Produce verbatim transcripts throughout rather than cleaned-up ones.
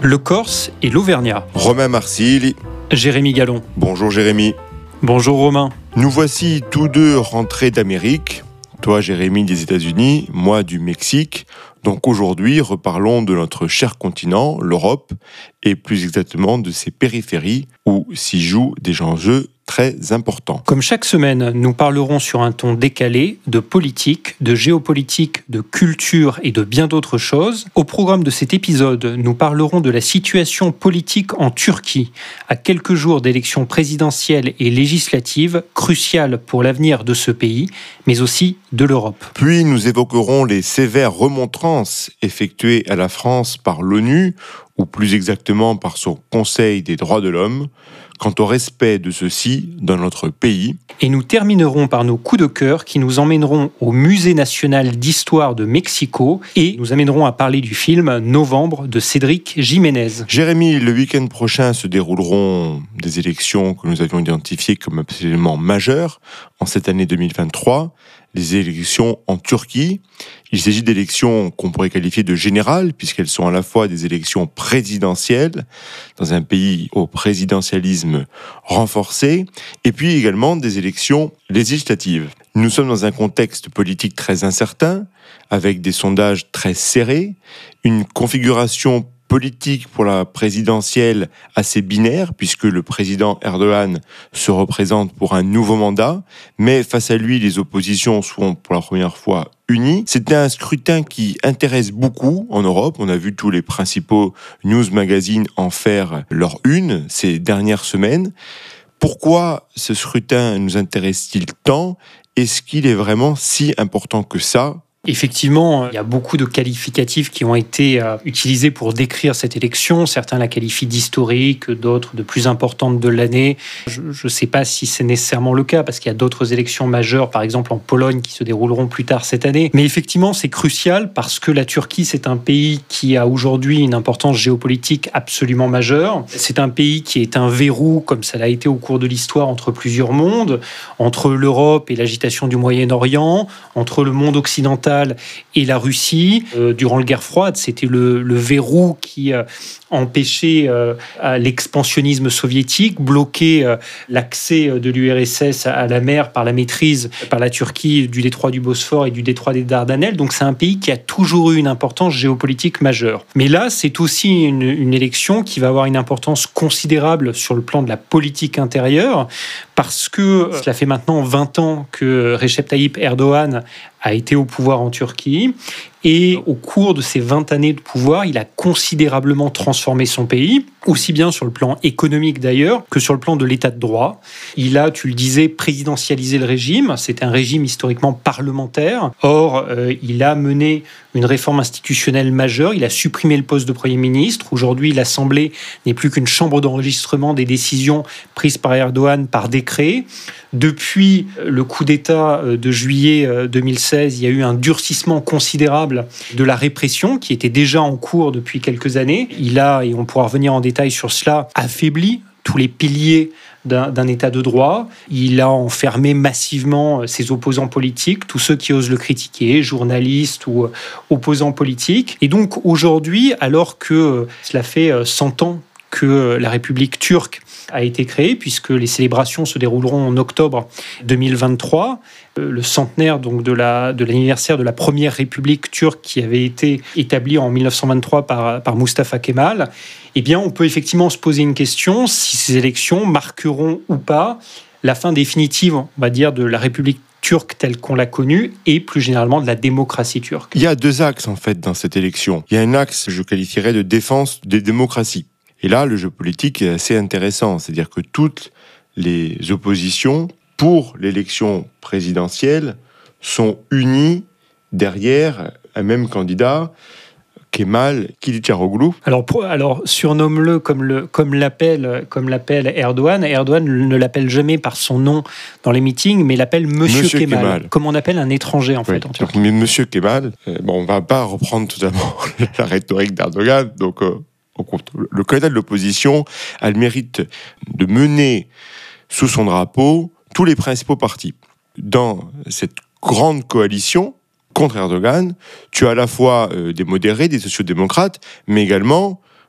le Corse et l'Auvergnat. Romain Marcilli. Jérémy Gallon. Bonjour Jérémy. Bonjour Romain. Nous voici tous deux rentrés d'Amérique. Toi Jérémy des États-Unis, moi du Mexique. Donc aujourd'hui, reparlons de notre cher continent, l'Europe, et plus exactement de ses périphéries où s'y jouent des enjeux très importants. Comme chaque semaine, nous parlerons sur un ton décalé de politique, de géopolitique, de culture et de bien d'autres choses. Au programme de cet épisode, nous parlerons de la situation politique en Turquie, à quelques jours d'élections présidentielles et législatives cruciales pour l'avenir de ce pays, mais aussi de l'Europe. Puis nous évoquerons les sévères remontrances effectuées à la France par l'ONU, ou plus exactement par son Conseil des droits de l'homme, quant au respect de ceux-ci dans notre pays. Et nous terminerons par nos coups de cœur qui nous emmèneront au Musée national d'histoire de Mexico et nous amèneront à parler du film Novembre de Cédric Jiménez. Jérémy, le week-end prochain se dérouleront des élections que nous avions identifiées comme absolument majeures en cette année deux mille vingt-trois, les élections en Turquie. Il s'agit d'élections qu'on pourrait qualifier de générales, puisqu'elles sont à la fois des élections présidentielles, dans un pays au présidentialisme renforcé, et puis également des élections législatives. Nous sommes dans un contexte politique très incertain, avec des sondages très serrés, une configuration politique pour la présidentielle assez binaire, puisque le président Erdogan se représente pour un nouveau mandat, mais face à lui, les oppositions seront pour la première fois unies. C'était un scrutin qui intéresse beaucoup en Europe. On a vu tous les principaux news magazines en faire leur une ces dernières semaines. Pourquoi ce scrutin nous intéresse-t-il tant ? Est-ce qu'il est vraiment si important que ça ? Effectivement, il y a beaucoup de qualificatifs qui ont été euh, utilisés pour décrire cette élection. Certains la qualifient d'historique, d'autres de plus importante de l'année. Je ne sais pas si c'est nécessairement le cas, parce qu'il y a d'autres élections majeures, par exemple en Pologne, qui se dérouleront plus tard cette année. Mais effectivement, c'est crucial parce que la Turquie, c'est un pays qui a aujourd'hui une importance géopolitique absolument majeure. C'est un pays qui est un verrou, comme ça l'a été au cours de l'histoire, entre plusieurs mondes, entre l'Europe et l'agitation du Moyen-Orient, entre le monde occidental et la Russie. Euh, durant la guerre froide, c'était le, le verrou qui euh, empêchait euh, l'expansionnisme soviétique, bloquait euh, l'accès de l'U R S S à la mer par la maîtrise par la Turquie du détroit du Bosphore et du détroit des Dardanelles. Donc c'est un pays qui a toujours eu une importance géopolitique majeure. Mais là, c'est aussi une, une élection qui va avoir une importance considérable sur le plan de la politique intérieure, parce que cela fait maintenant vingt ans que Recep Tayyip Erdogan a été au pouvoir en Turquie. Et au cours de ces vingt années de pouvoir, il a considérablement transformé son pays, aussi bien sur le plan économique d'ailleurs que sur le plan de l'état de droit. Il a, tu le disais, présidentialisé le régime. C'était un régime historiquement parlementaire. Or, euh, il a mené une réforme institutionnelle majeure. Il a supprimé le poste de Premier ministre. Aujourd'hui, l'Assemblée n'est plus qu'une chambre d'enregistrement des décisions prises par Erdogan par décret. Depuis le coup d'État de juillet deux mille seize, il y a eu un durcissement considérable de la répression qui était déjà en cours depuis quelques années. Il a, et on pourra revenir en détail sur cela, affaibli tous les piliers d'un, d'un état de droit. Il a enfermé massivement ses opposants politiques, tous ceux qui osent le critiquer, journalistes ou opposants politiques. Et donc aujourd'hui, alors que cela fait cent ans que la République turque a été créée, puisque les célébrations se dérouleront en octobre deux mille vingt-trois, le centenaire donc de, la, de l'anniversaire de la première République turque qui avait été établie en dix-neuf cent vingt-trois par, par Mustafa Kemal. Eh bien, on peut effectivement se poser une question, si ces élections marqueront ou pas la fin définitive, on va dire, de la République turque telle qu'on l'a connue et plus généralement de la démocratie turque. Il y a deux axes en fait dans cette élection. Il y a un axe que je qualifierais de défense des démocraties. Et là, le jeu politique est assez intéressant, c'est-à-dire que toutes les oppositions pour l'élection présidentielle sont unies derrière un même candidat, Kemal Kılıçdaroğlu. Alors, pour, alors surnomme-le comme, le, comme, l'appelle, comme l'appelle Erdogan. Erdogan ne l'appelle jamais par son nom dans les meetings, mais l'appelle Monsieur, Monsieur Kemal, Kemal, comme on appelle un étranger en oui. fait. En donc, mais Monsieur Kemal, euh, bon, on ne va pas reprendre totalement la rhétorique d'Erdogan, donc euh, on compte. Le candidat de l'opposition a le mérite de mener sous son drapeau tous les principaux partis. Dans cette grande coalition contre Erdogan, tu as à la fois euh, des modérés, des sociodémocrates, mais également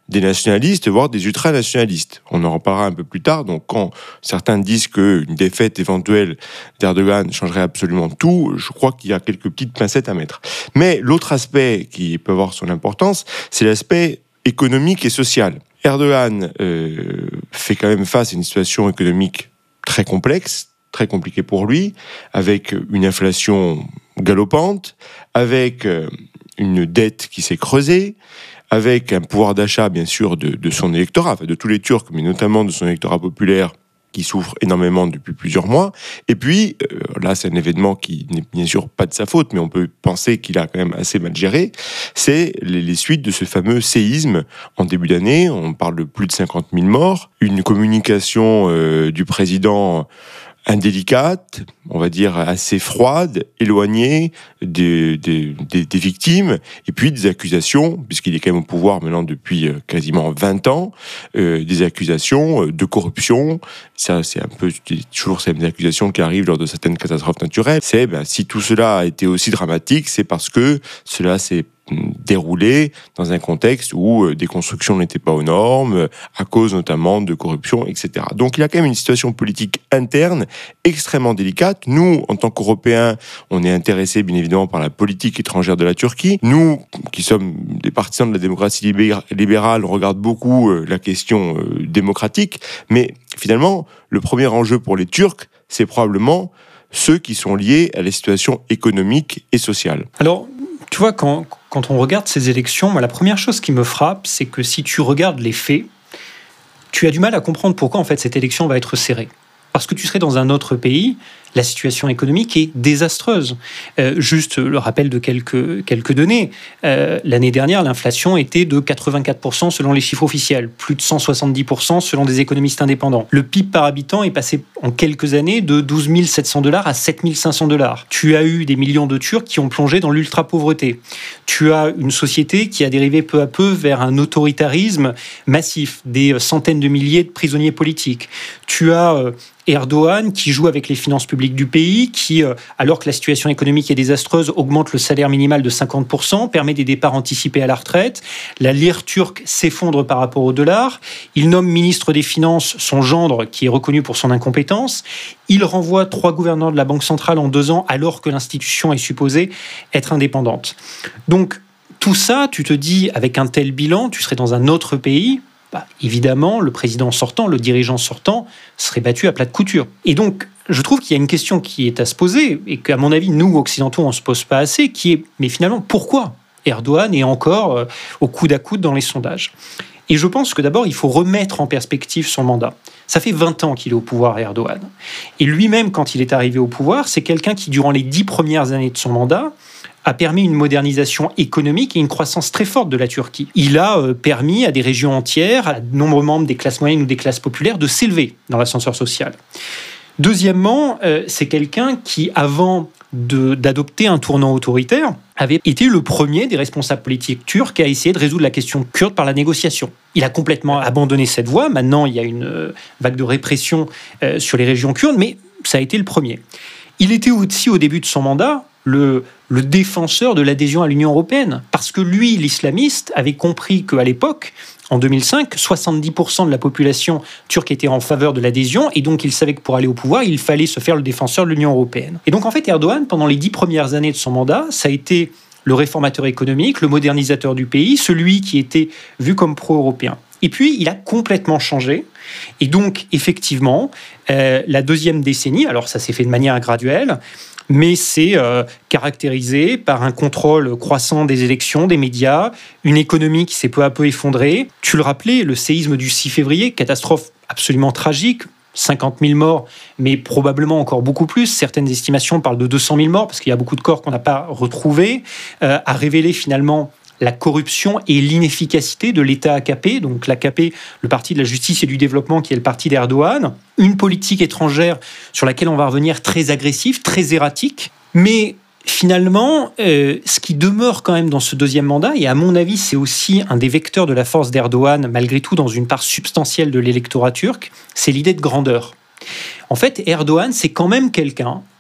des nationalistes, voire des ultranationalistes. On en reparlera un peu plus tard. Donc, quand certains disent qu'une défaite éventuelle d'Erdogan changerait absolument tout, je crois qu'il y a quelques petites pincettes à mettre. Mais l'autre aspect qui peut avoir son importance, c'est l'aspect économique et social. Erdogan euh, fait quand même face à une situation économique très complexe, très compliquée pour lui, avec une inflation galopante, avec euh, une dette qui s'est creusée, avec un pouvoir d'achat, bien sûr, de, de son électorat, enfin de tous les Turcs, mais notamment de son électorat populaire, qui souffre énormément depuis plusieurs mois. Et puis, euh, là, c'est un événement qui n'est bien sûr pas de sa faute, mais on peut penser qu'il a quand même assez mal géré, c'est les, les suites de ce fameux séisme en début d'année. On parle de plus de cinquante mille morts, une communication euh, du président indélicate, on va dire assez froide, éloignée des, des, des, des victimes, et puis des accusations, puisqu'il est quand même au pouvoir maintenant depuis quasiment vingt ans, euh, des accusations de corruption. Ça, c'est un peu toujours ces accusations qui arrivent lors de certaines catastrophes naturelles. C'est, ben, si tout cela a été aussi dramatique, c'est parce que cela s'est déroulé dans un contexte où des constructions n'étaient pas aux normes, à cause notamment de corruption, et cetera. Donc il y a quand même une situation politique interne extrêmement délicate. Nous, en tant qu'Européens, on est intéressés bien évidemment par la politique étrangère de la Turquie. Nous, qui sommes des partisans de la démocratie libérale, on regarde beaucoup la question démocratique, mais finalement, le premier enjeu pour les Turcs, c'est probablement ceux qui sont liés à la situation économique et sociale. Alors, tu vois, quand, quand on regarde ces élections, moi, la première chose qui me frappe, c'est que si tu regardes les faits, tu as du mal à comprendre pourquoi en fait cette élection va être serrée. Parce que tu serais dans un autre pays, la situation économique est désastreuse. Euh, juste le rappel de quelques, quelques données. Euh, l'année dernière, l'inflation était de quatre-vingt-quatre pour cent selon les chiffres officiels, plus de cent soixante-dix pour cent selon des économistes indépendants. Le P I B par habitant est passé en quelques années de douze mille sept cents dollars à sept mille cinq cents dollars. Tu as eu des millions de Turcs qui ont plongé dans l'ultra-pauvreté. Tu as une société qui a dérivé peu à peu vers un autoritarisme massif, des centaines de milliers de prisonniers politiques. Tu as euh, Erdogan qui joue avec les finances publiques du pays, qui, euh, alors que la situation économique est désastreuse, augmente le salaire minimal de cinquante pour cent, permet des départs anticipés à la retraite. La lire turque s'effondre par rapport au dollar. Il nomme ministre des Finances son gendre, qui est reconnu pour son incompétence. Il renvoie trois gouverneurs de la Banque centrale en deux ans, alors que l'institution est supposée être indépendante. Donc, tout ça, tu te dis, avec un tel bilan, tu serais dans un autre pays. Bah, évidemment, le président sortant, le dirigeant sortant, serait battu à plat de couture. Et donc, je trouve qu'il y a une question qui est à se poser, et qu'à mon avis, nous, occidentaux, on ne se pose pas assez, qui est, mais finalement, pourquoi Erdogan est encore euh, au coude à coude dans les sondages? Et je pense que d'abord, il faut remettre en perspective son mandat. Ça fait vingt ans qu'il est au pouvoir, Erdogan. Et lui-même, quand il est arrivé au pouvoir, c'est quelqu'un qui, durant les dix premières années de son mandat, a permis une modernisation économique et une croissance très forte de la Turquie. Il a euh, permis à des régions entières, à de nombreux membres des classes moyennes ou des classes populaires, de s'élever dans l'ascenseur social. Deuxièmement, euh, c'est quelqu'un qui, avant de, d'adopter un tournant autoritaire, avait été le premier des responsables politiques turcs à essayer de résoudre la question kurde par la négociation. Il a complètement abandonné cette voie. Maintenant, il y a une euh, vague de répression euh, sur les régions kurdes, mais ça a été le premier. Il était aussi, au début de son mandat, le, le défenseur de l'adhésion à l'Union européenne. Parce que lui, l'islamiste, avait compris qu'à l'époque, en deux mille cinq, soixante-dix pour cent de la population turque était en faveur de l'adhésion, et donc il savait que pour aller au pouvoir, il fallait se faire le défenseur de l'Union européenne. Et donc en fait, Erdogan, pendant les dix premières années de son mandat, ça a été le réformateur économique, le modernisateur du pays, celui qui était vu comme pro-européen. Et puis, il a complètement changé. Et donc, effectivement, euh, la deuxième décennie, alors ça s'est fait de manière graduelle, mais c'est euh, caractérisé par un contrôle croissant des élections, des médias, une économie qui s'est peu à peu effondrée. Tu le rappelais, le séisme du six février, catastrophe absolument tragique, cinquante mille morts, mais probablement encore beaucoup plus. Certaines estimations parlent de deux cent mille morts, parce qu'il y a beaucoup de corps qu'on n'a pas retrouvés, euh, a révélé finalement la corruption et l'inefficacité de l'État A K P, donc l'A K P, le parti de la justice et du développement, qui est le parti d'Erdogan, une politique étrangère sur laquelle on va revenir très agressive, très erratique, mais finalement, euh, ce qui demeure quand même dans ce deuxième mandat, et à mon avis, c'est aussi un des vecteurs de la force d'Erdogan, malgré tout dans une part substantielle de l'électorat turc, c'est l'idée de grandeur. En fait, Erdogan, c'est quand même quelqu'un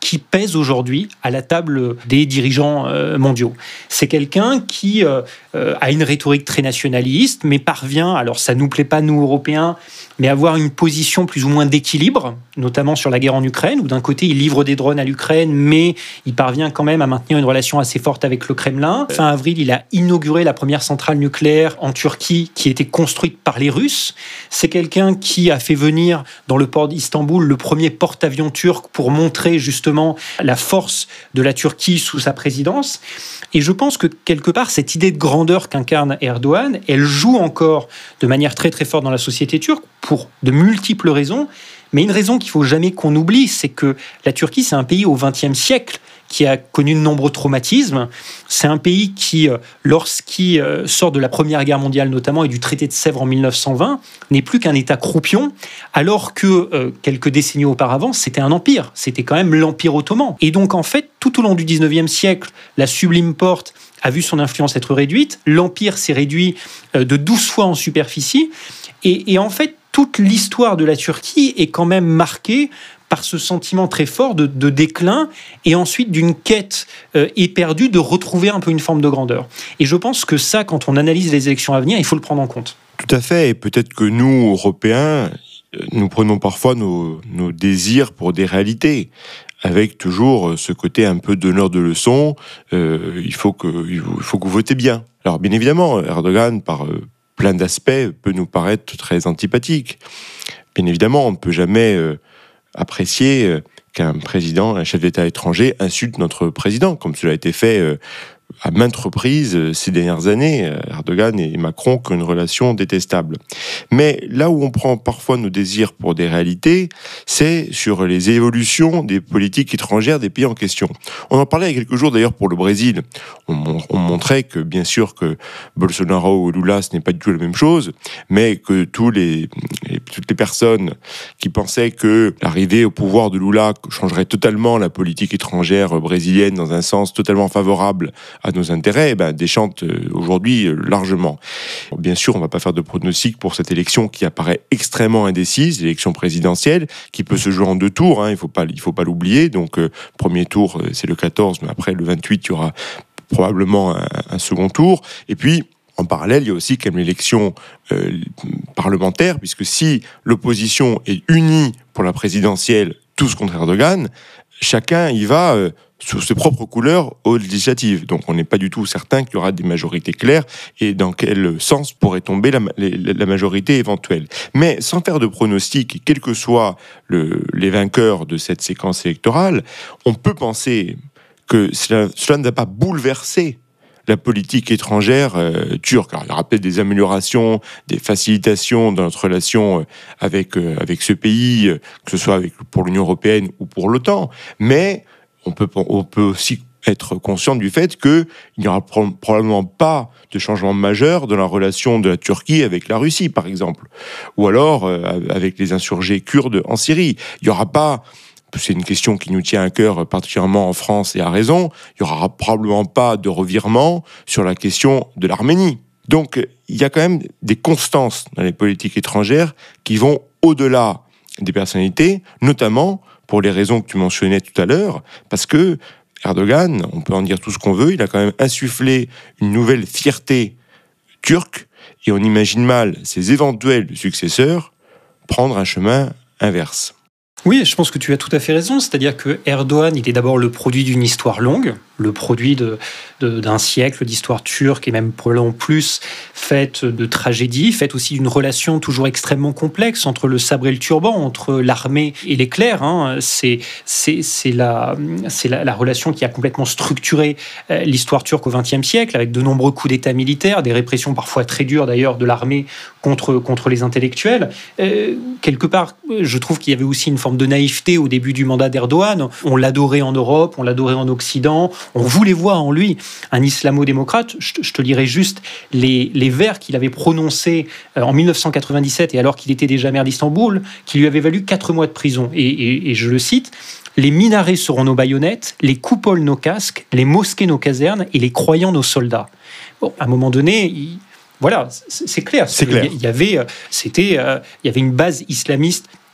qui pèse aujourd'hui à la table des dirigeants euh, mondiaux. C'est quelqu'un qui euh, euh, a une rhétorique très nationaliste, mais parvient, alors ça ne nous plaît pas nous Européens, mais avoir une position plus ou moins d'équilibre, notamment sur la guerre en Ukraine, où d'un côté il livre des drones à l'Ukraine, mais il parvient quand même à maintenir une relation assez forte avec le Kremlin. Fin avril, il a inauguré la première centrale nucléaire en Turquie qui était construite par les Russes. C'est quelqu'un qui a fait venir dans le port d'Istanbul le premier porte-avions turc pour montrer justement la force de la Turquie sous sa présidence. Et je pense que quelque part, cette idée de grandeur qu'incarne Erdogan, elle joue encore de manière très très forte dans la société turque pour de multiples raisons. Mais une raison qu'il ne faut jamais qu'on oublie, c'est que la Turquie, c'est un pays au vingtième siècle qui a connu de nombreux traumatismes. C'est un pays qui, lorsqu'il sort de la Première Guerre mondiale notamment et du traité de Sèvres en mille neuf cent vingt, n'est plus qu'un État croupion, alors que euh, quelques décennies auparavant, c'était un empire. C'était quand même l'Empire ottoman. Et donc, en fait, tout au long du dix-neuvième siècle, la Sublime Porte a vu son influence être réduite. L'Empire s'est réduit euh, de douze fois en superficie. Et, et en fait, toute l'histoire de la Turquie est quand même marquée par ce sentiment très fort de, de déclin et ensuite d'une quête euh, éperdue de retrouver un peu une forme de grandeur. Et je pense que ça, quand on analyse les élections à venir, il faut le prendre en compte. Tout à fait, et peut-être que nous, Européens, nous prenons parfois nos, nos désirs pour des réalités, avec toujours ce côté un peu donneur de leçons, euh, il, faut que, il faut que vous votez bien. Alors bien évidemment, Erdogan, par euh, plein d'aspects, peut nous paraître très antipathique. Bien évidemment, on ne peut jamais... Euh, apprécier euh, qu'un président, un chef d'État étranger insulte notre président, comme cela a été fait euh, à maintes reprises euh, ces dernières années. Erdogan et Macron qui ont une relation détestable. Mais là où on prend parfois nos désirs pour des réalités, c'est sur les évolutions des politiques étrangères des pays en question. On en parlait il y a quelques jours d'ailleurs pour le Brésil. On, on montrait que bien sûr que Bolsonaro ou Lula, ce n'est pas du tout la même chose, mais que tous les, les, toutes les personnes qui pensaient que l'arrivée au pouvoir de Lula changerait totalement la politique étrangère brésilienne dans un sens totalement favorable à nos intérêts, eh ben, déchantent aujourd'hui largement. Bien sûr, on ne va pas faire de pronostic pour cette élection qui apparaît extrêmement indécise, l'élection présidentielle, qui peut se jouer en deux tours, hein, il ne faut pas, il faut pas l'oublier. Donc, euh, premier tour, c'est le quatorze, mais après, le vingt-huit, il y aura probablement un, un second tour. Et puis, en parallèle, il y a aussi quand même l'élection euh, parlementaire, puisque si l'opposition est unie pour la présidentielle, tous contre Erdogan, chacun y va euh, sous ses propres couleurs aux législatives. Donc on n'est pas du tout certain qu'il y aura des majorités claires et dans quel sens pourrait tomber la, la, la majorité éventuelle. Mais sans faire de pronostic, quels que soient le, les vainqueurs de cette séquence électorale, on peut penser que cela, cela ne va pas bouleverser la politique étrangère euh, turque. Alors, il y aura peut-être des améliorations, des facilitations dans notre relation euh, avec, euh, avec ce pays, euh, que ce soit avec, pour l'Union européenne ou pour l'OTAN, mais on peut, on peut aussi être conscient du fait qu'il n'y aura pro- probablement pas de changement majeur dans la relation de la Turquie avec la Russie, par exemple, ou alors euh, avec les insurgés kurdes en Syrie. Il n'y aura pas... C'est une question qui nous tient à cœur, particulièrement en France, et à raison. Il n'y aura probablement pas de revirement sur la question de l'Arménie. Donc, il y a quand même des constances dans les politiques étrangères qui vont au-delà des personnalités, notamment pour les raisons que tu mentionnais tout à l'heure, parce que Erdogan, on peut en dire tout ce qu'on veut, il a quand même insufflé une nouvelle fierté turque, et on imagine mal ses éventuels successeurs prendre un chemin inverse. Oui, je pense que tu as tout à fait raison. C'est-à-dire que Erdogan, il est d'abord le produit d'une histoire longue, le produit de, de, d'un siècle d'histoire turque et même probablement plus, faite de tragédies, faite aussi d'une relation toujours extrêmement complexe entre le sabre et le turban, entre l'armée et les clercs. Hein. C'est, c'est, c'est, la, c'est la, la relation qui a complètement structuré euh, l'histoire turque au vingtième siècle, avec de nombreux coups d'État militaires, des répressions parfois très dures d'ailleurs de l'armée contre, contre les intellectuels. Euh, quelque part, je trouve qu'il y avait aussi une forme de naïveté au début du mandat d'Erdogan. On l'adorait en Europe, on l'adorait en Occident, on voulait voir en lui un islamo-démocrate. Je, je te lirai juste les, les vers qu'il avait prononcés en mille neuf cent quatre-vingt-dix-sept, et alors qu'il était déjà maire d'Istanbul, qui lui avait valu quatre mois de prison. Et, et, et je le cite: « Les minarets seront nos baïonnettes, les coupoles nos casques, les mosquées nos casernes et les croyants nos soldats. » Bon, à un moment donné... Il... Voilà, c'est clair. C'est clair. Il y avait, c'était, il y avait une base islamiste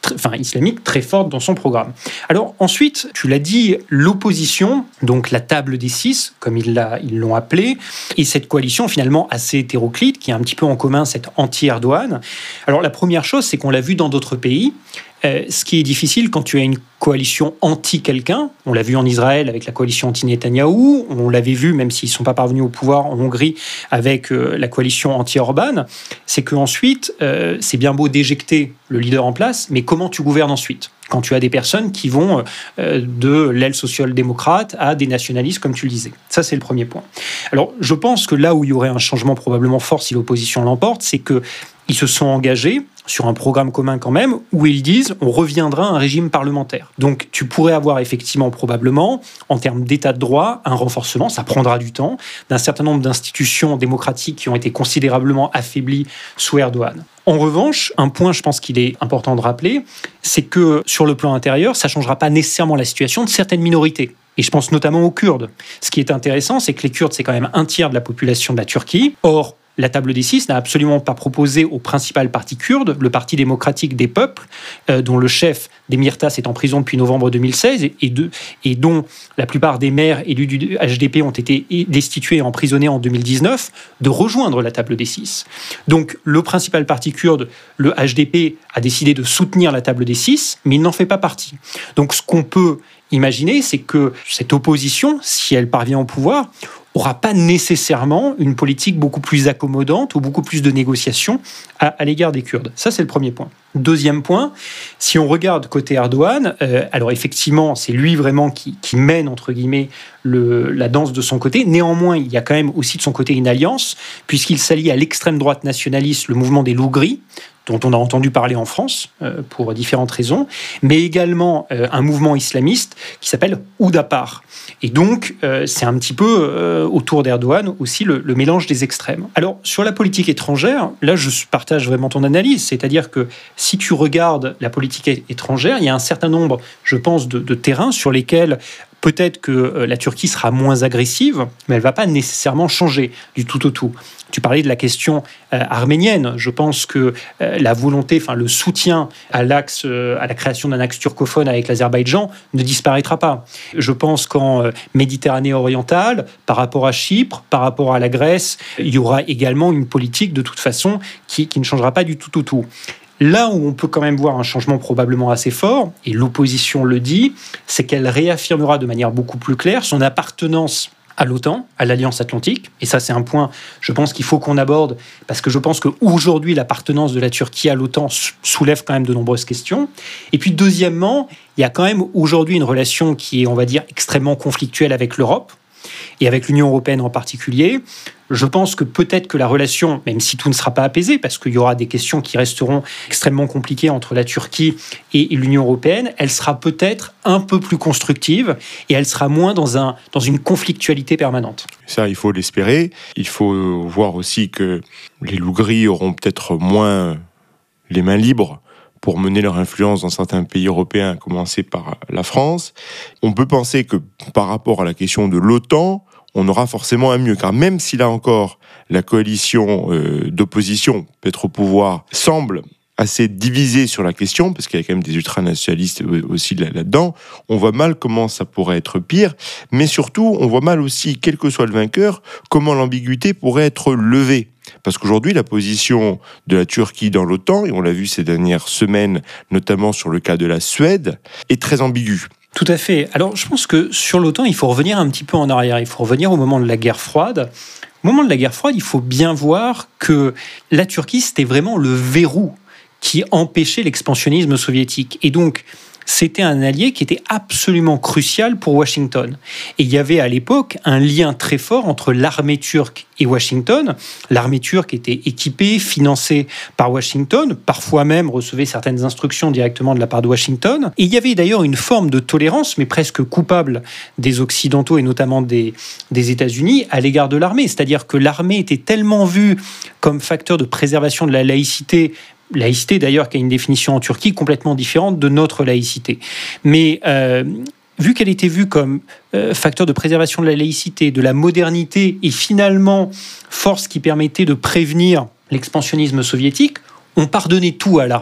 enfin, islamique très forte dans son programme. Alors ensuite, tu l'as dit, l'opposition, donc la table des six, comme ils, l'a, ils l'ont appelé, et cette coalition finalement assez hétéroclite, qui a un petit peu en commun cette anti-Erdogan. Alors la première chose, c'est qu'on l'a vu dans d'autres pays. Euh, ce qui est difficile quand tu as une coalition anti-quelqu'un, on l'a vu en Israël avec la coalition anti-Netanyahou, on l'avait vu, même s'ils ne sont pas parvenus au pouvoir en Hongrie, avec euh, la coalition anti-Orban, c'est qu'ensuite, euh, c'est bien beau d'éjecter le leader en place, mais comment tu gouvernes ensuite ? Quand tu as des personnes qui vont euh, de l'aile social-démocrate à des nationalistes, comme tu le disais. Ça, c'est le premier point. Alors, je pense que là où il y aurait un changement probablement fort si l'opposition l'emporte, c'est qu'ils se sont engagés sur un programme commun quand même, où ils disent on reviendra à un régime parlementaire. Donc tu pourrais avoir effectivement probablement, en termes d'état de droit, un renforcement, ça prendra du temps, d'un certain nombre d'institutions démocratiques qui ont été considérablement affaiblies sous Erdogan. En revanche, un point, je pense qu'il est important de rappeler, c'est que sur le plan intérieur, ça ne changera pas nécessairement la situation de certaines minorités. Et je pense notamment aux Kurdes. Ce qui est intéressant, c'est que les Kurdes, c'est quand même un tiers de la population de la Turquie. Or, la table des six n'a absolument pas proposé au principal parti kurde, le Parti démocratique des peuples, euh, dont le chef Demirtas est en prison depuis novembre deux mille seize et, de, et dont la plupart des maires élus du H D P ont été destitués et emprisonnés en deux mille dix-neuf, de rejoindre la table des six. Donc le principal parti kurde, le H D P, a décidé de soutenir la table des six, mais il n'en fait pas partie. Donc ce qu'on peut imaginer, c'est que cette opposition, si elle parvient au pouvoir, n'aura pas nécessairement une politique beaucoup plus accommodante ou beaucoup plus de négociations à, à l'égard des Kurdes. Ça, c'est le premier point. Deuxième point, si on regarde côté Erdogan, euh, alors effectivement, c'est lui vraiment qui, qui mène, entre guillemets, le, la danse de son côté. Néanmoins, il y a quand même aussi de son côté une alliance, puisqu'il s'allie à l'extrême droite nationaliste, le mouvement des loups gris, dont on a entendu parler en France, euh, pour différentes raisons, mais également euh, un mouvement islamiste qui s'appelle Oudapar. Et donc, euh, c'est un petit peu euh, autour d'Erdogan aussi le, le mélange des extrêmes. Alors, sur la politique étrangère, là, je partage vraiment ton analyse, c'est-à-dire que si tu regardes la politique étrangère, il y a un certain nombre, je pense, de, de terrains sur lesquels peut-être que la Turquie sera moins agressive, mais elle ne va pas nécessairement changer du tout au tout. Tu parlais de la question euh, arménienne. Je pense que euh, la volonté, enfin le soutien à l'axe, euh, à la création d'un axe turcophone avec l'Azerbaïdjan ne disparaîtra pas. Je pense qu'en euh, Méditerranée orientale, par rapport à Chypre, par rapport à la Grèce, il y aura également une politique de toute façon qui, qui ne changera pas du tout au tout. Là où on peut quand même voir un changement probablement assez fort, et l'opposition le dit, c'est qu'elle réaffirmera de manière beaucoup plus claire son appartenance à l'OTAN, à l'Alliance Atlantique. Et ça, c'est un point, je pense, qu'il faut qu'on aborde, parce que je pense qu'aujourd'hui, l'appartenance de la Turquie à l'OTAN soulève quand même de nombreuses questions. Et puis, deuxièmement, il y a quand même aujourd'hui une relation qui est, on va dire, extrêmement conflictuelle avec l'Europe, et avec l'Union européenne en particulier. Je pense que peut-être que la relation, même si tout ne sera pas apaisé, parce qu'il y aura des questions qui resteront extrêmement compliquées entre la Turquie et l'Union européenne, elle sera peut-être un peu plus constructive et elle sera moins dans, un, dans une conflictualité permanente. Ça, il faut l'espérer. Il faut voir aussi que les loups gris auront peut-être moins les mains libres pour mener leur influence dans certains pays européens, à commencer par la France. On peut penser que par rapport à la question de l'OTAN, on aura forcément un mieux, car même si là encore, la coalition euh, d'opposition, peut-être au pouvoir, semble assez divisée sur la question, parce qu'il y a quand même des ultranationalistes aussi là-dedans, on voit mal comment ça pourrait être pire, mais surtout, on voit mal aussi, quel que soit le vainqueur, comment l'ambiguïté pourrait être levée. Parce qu'aujourd'hui, la position de la Turquie dans l'OTAN, et on l'a vu ces dernières semaines, notamment sur le cas de la Suède, est très ambiguë. Tout à fait. Alors, je pense que sur l'OTAN, il faut revenir un petit peu en arrière. Il faut revenir au moment de la guerre froide. Au moment de la guerre froide, il faut bien voir que la Turquie, c'était vraiment le verrou qui empêchait l'expansionnisme soviétique. Et donc, c'était un allié qui était absolument crucial pour Washington. Et il y avait à l'époque un lien très fort entre l'armée turque et Washington. L'armée turque était équipée, financée par Washington, parfois même recevait certaines instructions directement de la part de Washington. Et il y avait d'ailleurs une forme de tolérance, mais presque coupable, des Occidentaux et notamment des, des États-Unis à l'égard de l'armée. C'est-à-dire que l'armée était tellement vue comme facteur de préservation de la laïcité, laïcité d'ailleurs qui a une définition en Turquie complètement différente de notre laïcité. Mais euh, vu qu'elle était vue comme euh, facteur de préservation de la laïcité, de la modernité et finalement force qui permettait de prévenir l'expansionnisme soviétique, on pardonnait tout à l'armée.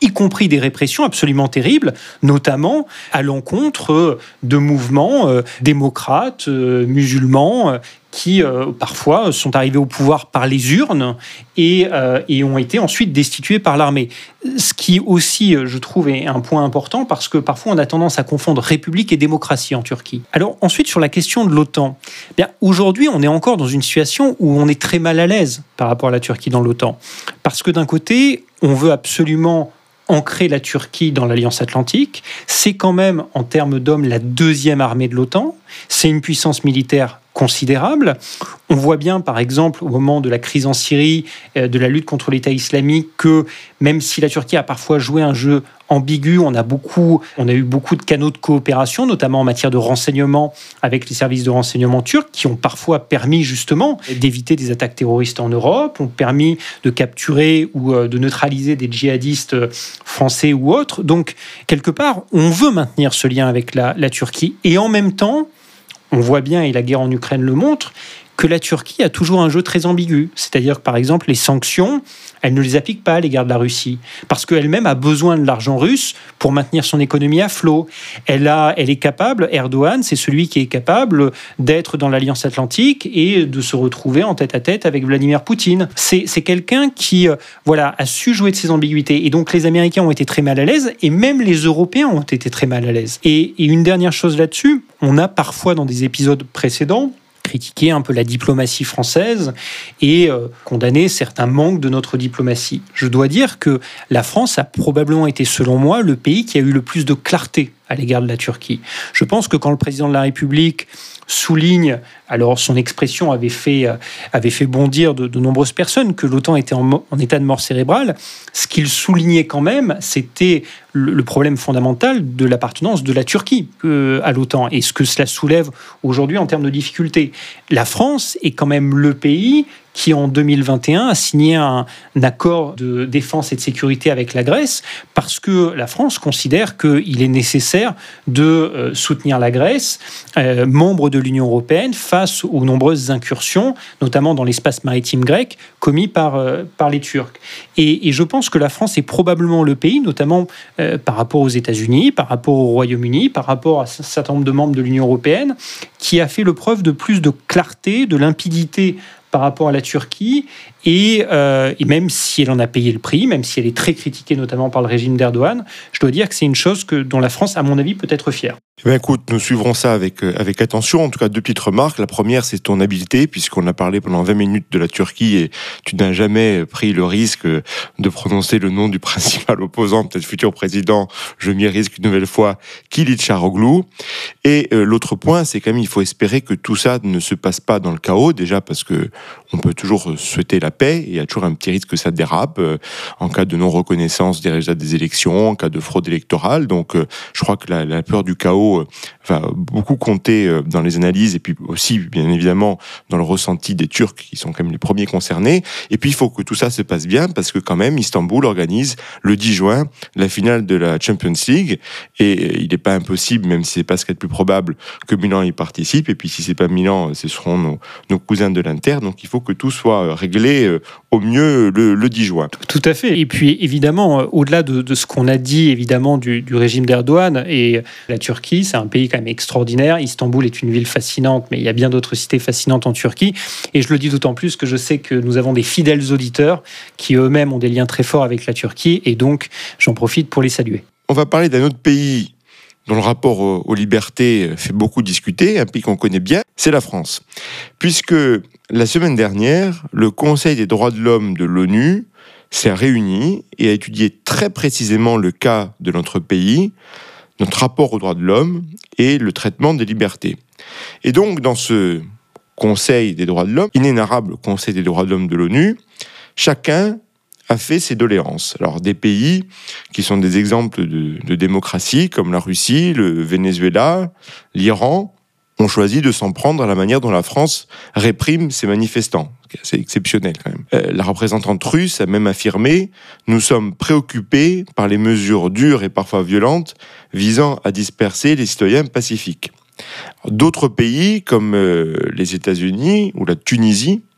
y compris des répressions absolument terribles, notamment à l'encontre de mouvements euh, démocrates, euh, musulmans, euh, qui euh, parfois sont arrivés au pouvoir par les urnes et, euh, et ont été ensuite destitués par l'armée. Ce qui aussi, je trouve, est un point important parce que parfois on a tendance à confondre république et démocratie en Turquie. Alors ensuite, sur la question de l'OTAN, eh bien, aujourd'hui on est encore dans une situation où on est très mal à l'aise par rapport à la Turquie dans l'OTAN. Parce que d'un côté, on veut absolument ancrer la Turquie dans l'Alliance Atlantique. C'est quand même, en termes d'hommes, la deuxième armée de l'OTAN. C'est une puissance militaire considérable. On voit bien, par exemple, au moment de la crise en Syrie, euh, de la lutte contre l'État islamique, que même si la Turquie a parfois joué un jeu ambigu, on a, beaucoup, on a eu beaucoup de canaux de coopération, notamment en matière de renseignement avec les services de renseignement turcs, qui ont parfois permis justement d'éviter des attaques terroristes en Europe, ont permis de capturer ou euh, de neutraliser des djihadistes français ou autres. Donc, quelque part, on veut maintenir ce lien avec la, la Turquie. Et en même temps, on voit bien, et la guerre en Ukraine le montre, que la Turquie a toujours un jeu très ambigu. C'est-à-dire que, par exemple, les sanctions, elle ne les applique pas à l'égard de la Russie, parce qu'elle-même a besoin de l'argent russe pour maintenir son économie à flot. Elle, a, elle est capable, Erdogan, c'est celui qui est capable d'être dans l'Alliance Atlantique et de se retrouver en tête-à-tête avec Vladimir Poutine. C'est, c'est quelqu'un qui euh, voilà, a su jouer de ses ambiguïtés. Et donc, les Américains ont été très mal à l'aise, et même les Européens ont été très mal à l'aise. Et, et une dernière chose là-dessus, on a parfois, dans des épisodes précédents, critiquer un peu la diplomatie française et euh, condamner certains manques de notre diplomatie. Je dois dire que la France a probablement été, selon moi, le pays qui a eu le plus de clarté à l'égard de la Turquie. Je pense que quand le président de la République souligne, alors son expression avait fait, avait fait bondir de, de nombreuses personnes, que l'OTAN était en, en état de mort cérébrale, ce qu'il soulignait quand même, c'était le, le problème fondamental de l'appartenance de la Turquie euh, à l'OTAN et ce que cela soulève aujourd'hui en termes de difficultés. La France est quand même le pays qui, en deux mille vingt et un, a signé un, un accord de défense et de sécurité avec la Grèce, parce que la France considère qu'il est nécessaire de euh, soutenir la Grèce, euh, membre de l'Union européenne, face aux nombreuses incursions, notamment dans l'espace maritime grec, commis par, euh, par les Turcs. Et, et je pense que la France est probablement le pays, notamment euh, par rapport aux États-Unis, par rapport au Royaume-Uni, par rapport à un certain nombre de membres de l'Union européenne, qui a fait le preuve de plus de clarté, de limpidité par rapport à la Turquie, et, euh, et même si elle en a payé le prix, même si elle est très critiquée notamment par le régime d'Erdogan, je dois dire que c'est une chose que, dont la France, à mon avis, peut être fière. Eh bien, écoute, nous suivrons ça avec, avec attention. En tout cas, deux petites remarques. La première, c'est ton habileté, puisqu'on a parlé pendant vingt minutes de la Turquie et tu n'as jamais pris le risque de prononcer le nom du principal opposant, peut-être futur président, je m'y risque une nouvelle fois, Kılıçdaroğlu. Et euh, l'autre point, c'est quand même, il faut espérer que tout ça ne se passe pas dans le chaos, déjà parce que on peut toujours souhaiter la paix, et il y a toujours un petit risque que ça dérape euh, en cas de non-reconnaissance des résultats des élections, en cas de fraude électorale. Donc, euh, je crois que la, la peur du chaos euh, va beaucoup compter euh, dans les analyses, et puis aussi, bien évidemment, dans le ressenti des Turcs, qui sont quand même les premiers concernés. Et puis, il faut que tout ça se passe bien, parce que quand même, Istanbul organise le dix juin la finale de la Champions League, et il n'est pas impossible, même si c'est pas ce qu'il y a de plus probable, que Milan y participe. Et puis, si c'est pas Milan, ce seront nos, nos cousins de l'Inter. Donc, il faut que tout soit réglé euh, au mieux le, le dix juin. Tout à fait. Et puis, évidemment, euh, au-delà de, de ce qu'on a dit, évidemment, du, du régime d'Erdogan, et la Turquie, c'est un pays quand même extraordinaire. Istanbul est une ville fascinante, mais il y a bien d'autres cités fascinantes en Turquie. Et je le dis d'autant plus que je sais que nous avons des fidèles auditeurs qui eux-mêmes ont des liens très forts avec la Turquie, et donc j'en profite pour les saluer. On va parler d'un autre pays dont le rapport aux libertés fait beaucoup discuter, un pays qu'on connaît bien, c'est la France. Puisque la semaine dernière, le Conseil des droits de l'homme de l'ONU s'est réuni et a étudié très précisément le cas de notre pays, notre rapport aux droits de l'homme et le traitement des libertés. Et donc, dans ce Conseil des droits de l'homme, inénarrable Conseil des droits de l'homme de l'ONU, chacun a fait ses doléances. Alors, des pays qui sont des exemples de, de démocratie, comme la Russie, le Venezuela, l'Iran, ont choisi de s'en prendre à la manière dont la France réprime ses manifestants. C'est exceptionnel quand même. Euh, la représentante russe a même affirmé « Nous sommes préoccupés par les mesures dures et parfois violentes visant à disperser les citoyens pacifiques ». D'autres pays, comme euh, les États-Unis ou la Tunisie,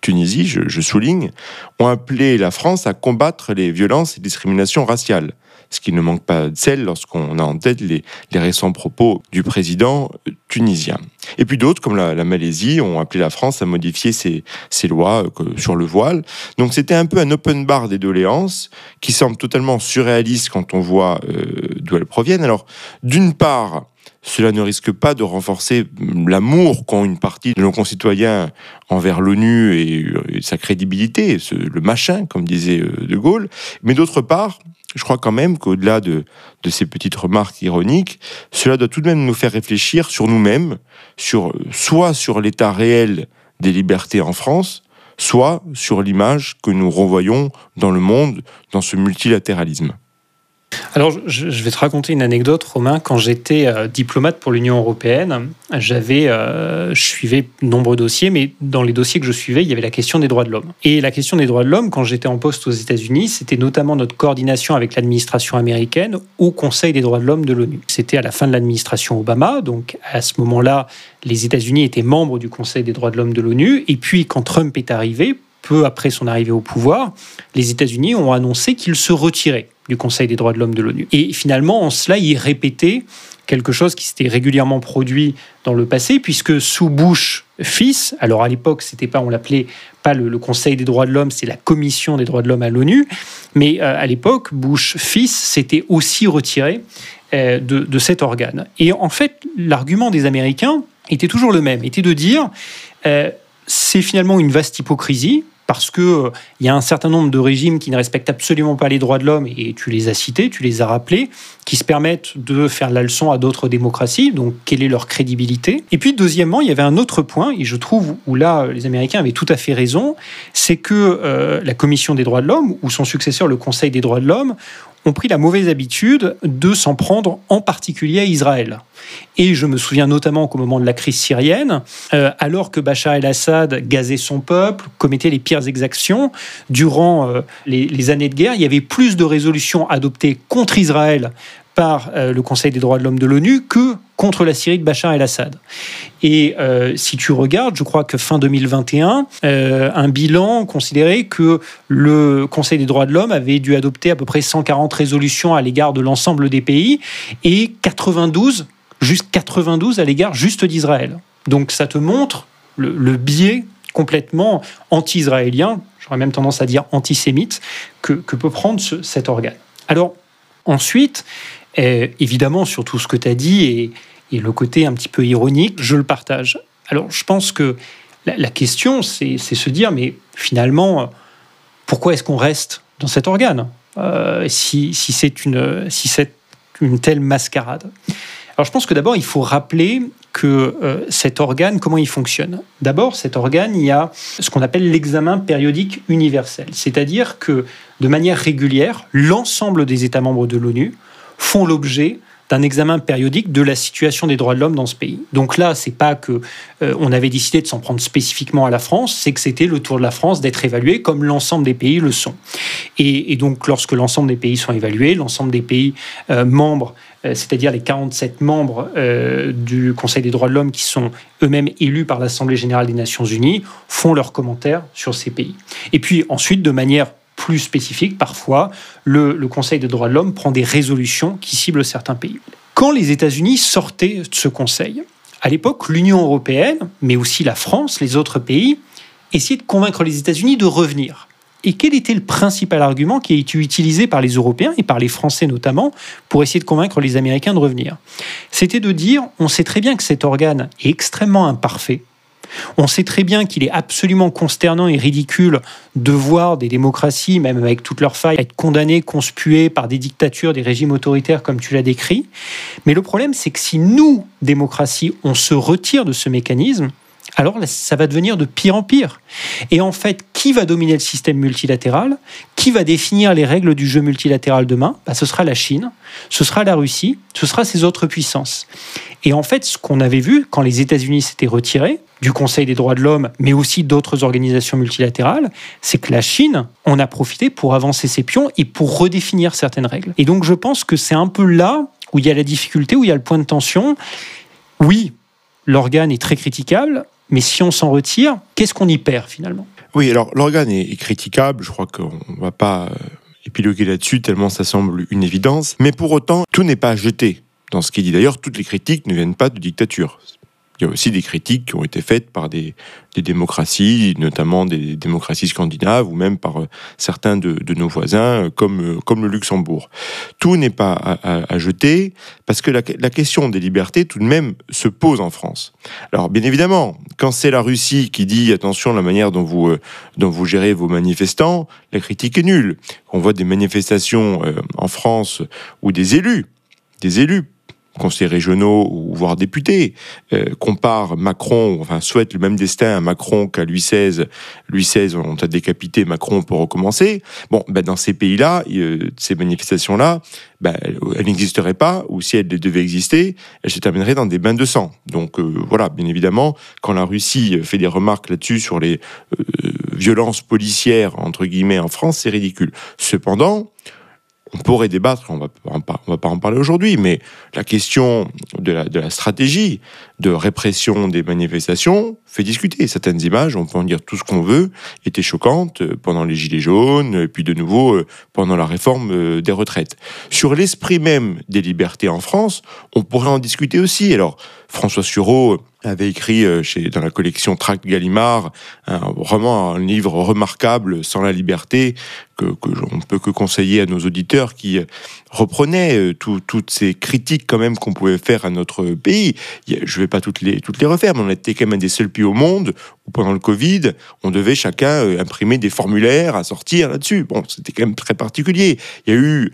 Tunisie, je, je souligne, ont appelé la France à combattre les violences et discriminations raciales. Ce qui ne manque pas de sel lorsqu'on a en tête les, les récents propos du président tunisien. Et puis d'autres, comme la, la Malaisie, ont appelé la France à modifier ses, ses lois euh, sur le voile. Donc c'était un peu un open bar des doléances qui semble totalement surréaliste quand on voit euh, d'où elles proviennent. Alors, d'une part, cela ne risque pas de renforcer l'amour qu'ont une partie de nos concitoyens envers l'ONU et, et sa crédibilité, ce, le machin, comme disait De Gaulle. Mais d'autre part, je crois quand même qu'au-delà de, de ces petites remarques ironiques, cela doit tout de même nous faire réfléchir sur nous-mêmes, sur, soit sur l'état réel des libertés en France, soit sur l'image que nous renvoyons dans le monde, dans ce multilatéralisme. Alors, je, je vais te raconter une anecdote, Romain. Quand j'étais euh, diplomate pour l'Union européenne, j'avais, euh, je suivais de nombreux dossiers, mais dans les dossiers que je suivais, il y avait la question des droits de l'homme. Et la question des droits de l'homme, quand j'étais en poste aux États-Unis, c'était notamment notre coordination avec l'administration américaine au Conseil des droits de l'homme de l'ONU. C'était à la fin de l'administration Obama, donc à ce moment-là, les États-Unis étaient membres du Conseil des droits de l'homme de l'ONU. Et puis, quand Trump est arrivé, peu après son arrivée au pouvoir, les États-Unis ont annoncé qu'ils se retiraient du Conseil des droits de l'homme de l'ONU. Et finalement, en cela, ils répétaient quelque chose qui s'était régulièrement produit dans le passé, puisque sous Bush fils, alors à l'époque, c'était pas, on l'appelait pas le, le Conseil des droits de l'homme, c'est la Commission des droits de l'homme à l'ONU, mais euh, à l'époque, Bush fils s'était aussi retiré euh, de, de cet organe. Et en fait, l'argument des Américains était toujours le même, était de dire euh, c'est finalement une vaste hypocrisie, parce qu'il euh, y a un certain nombre de régimes qui ne respectent absolument pas les droits de l'homme, et tu les as cités, tu les as rappelés, qui se permettent de faire la leçon à d'autres démocraties, donc quelle est leur crédibilité? Et puis deuxièmement, il y avait un autre point, et je trouve où là, les Américains avaient tout à fait raison, c'est que euh, la Commission des droits de l'homme, ou son successeur, le Conseil des droits de l'homme, ont pris la mauvaise habitude de s'en prendre en particulier à Israël. Et je me souviens notamment qu'au moment de la crise syrienne, euh, alors que Bachar el-Assad gazait son peuple, commettait les pires exactions, durant euh, les, les années de guerre, il y avait plus de résolutions adoptées contre Israël par euh, le Conseil des droits de l'homme de l'ONU que contre la Syrie de Bachar el-Assad. Et euh, si tu regardes, je crois que fin deux mille vingt et un, euh, un bilan considérait que le Conseil des droits de l'homme avait dû adopter à peu près cent quarante résolutions à l'égard de l'ensemble des pays et quatre-vingt-douze, juste quatre-vingt-douze à l'égard juste d'Israël. Donc ça te montre le, le biais complètement anti-israélien, j'aurais même tendance à dire antisémite, que, que peut prendre ce, cet organe. Alors ensuite, euh, évidemment, sur tout ce que tu as dit et, et le côté un petit peu ironique, je le partage. Alors, je pense que la, la question, c'est, c'est se dire, mais finalement, pourquoi est-ce qu'on reste dans cet organe euh, si, si, c'est une, si c'est une telle mascarade? Alors, je pense que d'abord, il faut rappeler que euh, cet organe, comment il fonctionne. D'abord, cet organe, il y a ce qu'on appelle l'examen périodique universel. C'est-à-dire que, de manière régulière, l'ensemble des États membres de l'ONU font l'objet d'un examen périodique de la situation des droits de l'homme dans ce pays. Donc là, c'est pas que euh, on avait décidé de s'en prendre spécifiquement à la France, c'est que c'était le tour de la France d'être évalué comme l'ensemble des pays le sont. Et, et donc, lorsque l'ensemble des pays sont évalués, l'ensemble des pays euh, membres, euh, c'est-à-dire les quarante-sept membres euh, du Conseil des droits de l'homme qui sont eux-mêmes élus par l'Assemblée générale des Nations unies, font leurs commentaires sur ces pays. Et puis ensuite, de manière plus spécifique, parfois, le, le Conseil des droits de l'homme prend des résolutions qui ciblent certains pays. Quand les États-Unis sortaient de ce Conseil, à l'époque, l'Union européenne, mais aussi la France, les autres pays, essayaient de convaincre les États-Unis de revenir. Et quel était le principal argument qui a été utilisé par les Européens, et par les Français notamment, pour essayer de convaincre les Américains de revenir? C'était de dire, on sait très bien que cet organe est extrêmement imparfait. On sait très bien qu'il est absolument consternant et ridicule de voir des démocraties, même avec toutes leurs failles, être condamnées, conspuées par des dictatures, des régimes autoritaires comme tu l'as décrit. Mais le problème, c'est que si nous, démocratie, on se retire de ce mécanisme, alors ça va devenir de pire en pire. Et en fait, qui va dominer le système multilatéral? Qui va définir les règles du jeu multilatéral demain? Bah, ce sera la Chine, ce sera la Russie, ce sera ces autres puissances. Et en fait, ce qu'on avait vu quand les États-Unis s'étaient retirés du Conseil des droits de l'homme, mais aussi d'autres organisations multilatérales, c'est que la Chine en a profité pour avancer ses pions et pour redéfinir certaines règles. Et donc, je pense que c'est un peu là où il y a la difficulté, où il y a le point de tension. Oui, l'organe est très critiquable, mais si on s'en retire, qu'est-ce qu'on y perd finalement? Oui, alors l'organe est, est critiquable, je crois qu'on ne va pas épiloguer là-dessus tellement ça semble une évidence, mais pour autant, tout n'est pas jeté dans ce qui est dit. D'ailleurs, toutes les critiques ne viennent pas de dictature. Il y a aussi des critiques qui ont été faites par des, des démocraties, notamment des démocraties scandinaves, ou même par euh, certains de, de nos voisins, euh, comme, euh, comme le Luxembourg. Tout n'est pas à, à, à jeter, parce que la, la question des libertés, tout de même, se pose en France. Alors, bien évidemment, quand c'est la Russie qui dit « attention, la manière dont vous, euh, dont vous gérez vos manifestants », la critique est nulle. On voit des manifestations euh, en France où des élus, des élus, conseillers régionaux ou voire députés, euh, comparent Macron, enfin souhaitent le même destin à Macron qu'à Louis seize. Louis seize, on t'a décapité, Macron peut recommencer. Bon, ben dans ces pays-là, euh, ces manifestations-là, ben, elles n'existeraient pas, ou si elles devaient exister, elles se termineraient dans des bains de sang. Donc euh, voilà, bien évidemment, quand la Russie fait des remarques là-dessus sur les euh, violences policières, entre guillemets, en France, c'est ridicule. Cependant, on pourrait débattre, on va, on va pas en parler aujourd'hui, mais la question de la, de la stratégie de répression des manifestations fait discuter. Certaines images, on peut en dire tout ce qu'on veut, étaient choquantes pendant les Gilets jaunes, et puis de nouveau pendant la réforme des retraites. Sur l'esprit même des libertés en France, on pourrait en discuter aussi. Alors, François Sureau avait écrit chez, dans la collection Tracts Gallimard un, vraiment un livre remarquable, Sans la liberté, que, que on ne peut que conseiller à nos auditeurs, qui reprenait tout, toutes ces critiques quand même qu'on pouvait faire à notre pays. Je ne vais pas toutes les, toutes les refaire, mais on était quand même un des seuls pays au monde où pendant le Covid, on devait chacun imprimer des formulaires à sortir là-dessus. Bon, c'était quand même très particulier. Il y a eu,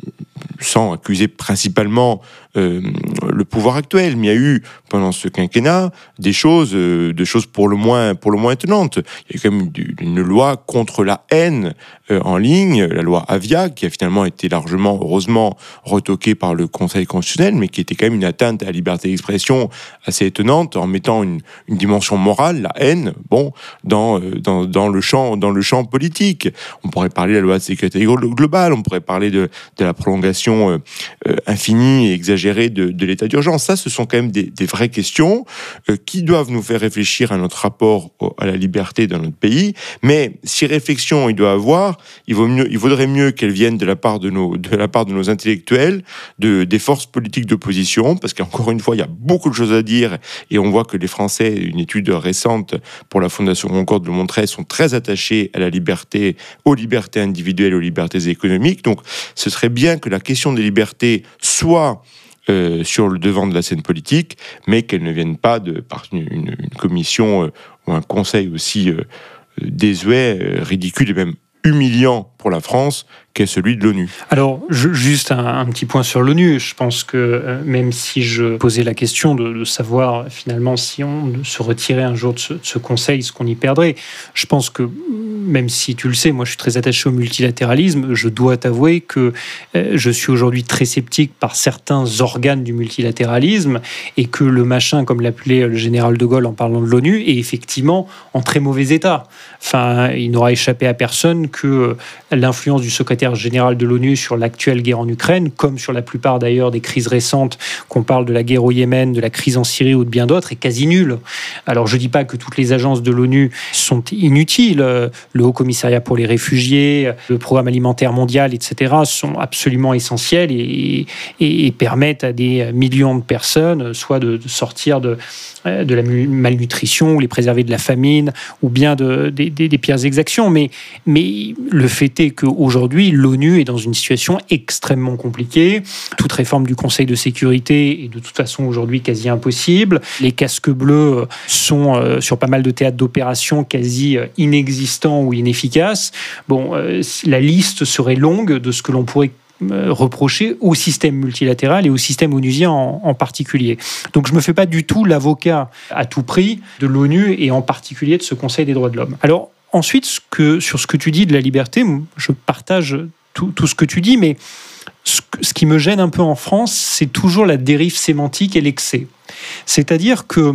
sans accuser principalement euh, le pouvoir actuel, mais il y a eu pendant ce quinquennat des choses, euh, des choses pour le moins, pour le moins étonnantes. Il y a quand même une, une loi contre la haine euh, en ligne, la loi Avia, qui a finalement été largement, heureusement, retoquée par le Conseil constitutionnel, mais qui était quand même une atteinte à la liberté d'expression assez étonnante, en mettant une, une dimension morale, la haine, bon, dans, euh, dans, dans le champ, dans le champ politique. On pourrait parler de la loi de sécurité globale, on pourrait parler de, de la prolongation euh, euh, infinie et exagérée de, de l'état d'urgence. Ça, ce sont quand même des, des vraies questions euh, qui doivent nous faire réfléchir à notre rapport au, à la liberté dans notre pays. Mais si réflexion il doit avoir, il, vaut mieux, il vaudrait mieux qu'elle vienne de la part de nos, de la part de nos intellectuels, de, des forces politiques d'opposition, parce qu'encore une fois, il y a beaucoup de choses à dire et on voit que les Français, une étude récente pour la Fondation Concorde le montrait, sont très attachés à la liberté, aux libertés individuelles, aux libertés économiques. Donc, ce serait bien que la question des libertés soit Euh, sur le devant de la scène politique, mais qu'elle ne vienne pas de par une, une, une commission euh, ou un conseil aussi euh, désuet, euh, ridicule et même humiliant pour la France qu'est celui de l'ONU. Alors, je, juste un, un petit point sur l'ONU. Je pense que euh, même si je posais la question de, de savoir finalement si on se retirait un jour de ce, de ce conseil, ce qu'on y perdrait, je pense que même si tu le sais, moi je suis très attaché au multilatéralisme, je dois t'avouer que euh, je suis aujourd'hui très sceptique par certains organes du multilatéralisme et que le machin, comme l'appelait le général de Gaulle en parlant de l'ONU, est effectivement en très mauvais état. Enfin, il n'aura échappé à personne que l'influence du secrétaire général de l'ONU sur l'actuelle guerre en Ukraine, comme sur la plupart d'ailleurs des crises récentes, qu'on parle de la guerre au Yémen, de la crise en Syrie ou de bien d'autres, est quasi nulle. Alors je ne dis pas que toutes les agences de l'ONU sont inutiles. Le Haut Commissariat pour les réfugiés, le Programme alimentaire mondial, et cetera sont absolument essentiels et, et, et permettent à des millions de personnes soit de, de sortir de, de la malnutrition, ou les préserver de la famine, ou bien de, de, de, des pires exactions. Mais, mais le fait est qu'aujourd'hui, l'ONU est dans une situation extrêmement compliquée. Toute réforme du Conseil de sécurité est de toute façon aujourd'hui quasi impossible. Les casques bleus sont euh, sur pas mal de théâtres d'opération quasi euh, inexistants ou inefficaces. Bon, euh, la liste serait longue de ce que l'on pourrait reprocher au système multilatéral et au système onusien en, en particulier. Donc je ne me fais pas du tout l'avocat à tout prix de l'ONU et en particulier de ce Conseil des droits de l'homme. Alors ensuite, ce que, sur ce que tu dis de la liberté, je partage tout, tout ce que tu dis, mais ce, ce qui me gêne un peu en France, c'est toujours la dérive sémantique et l'excès. C'est-à-dire que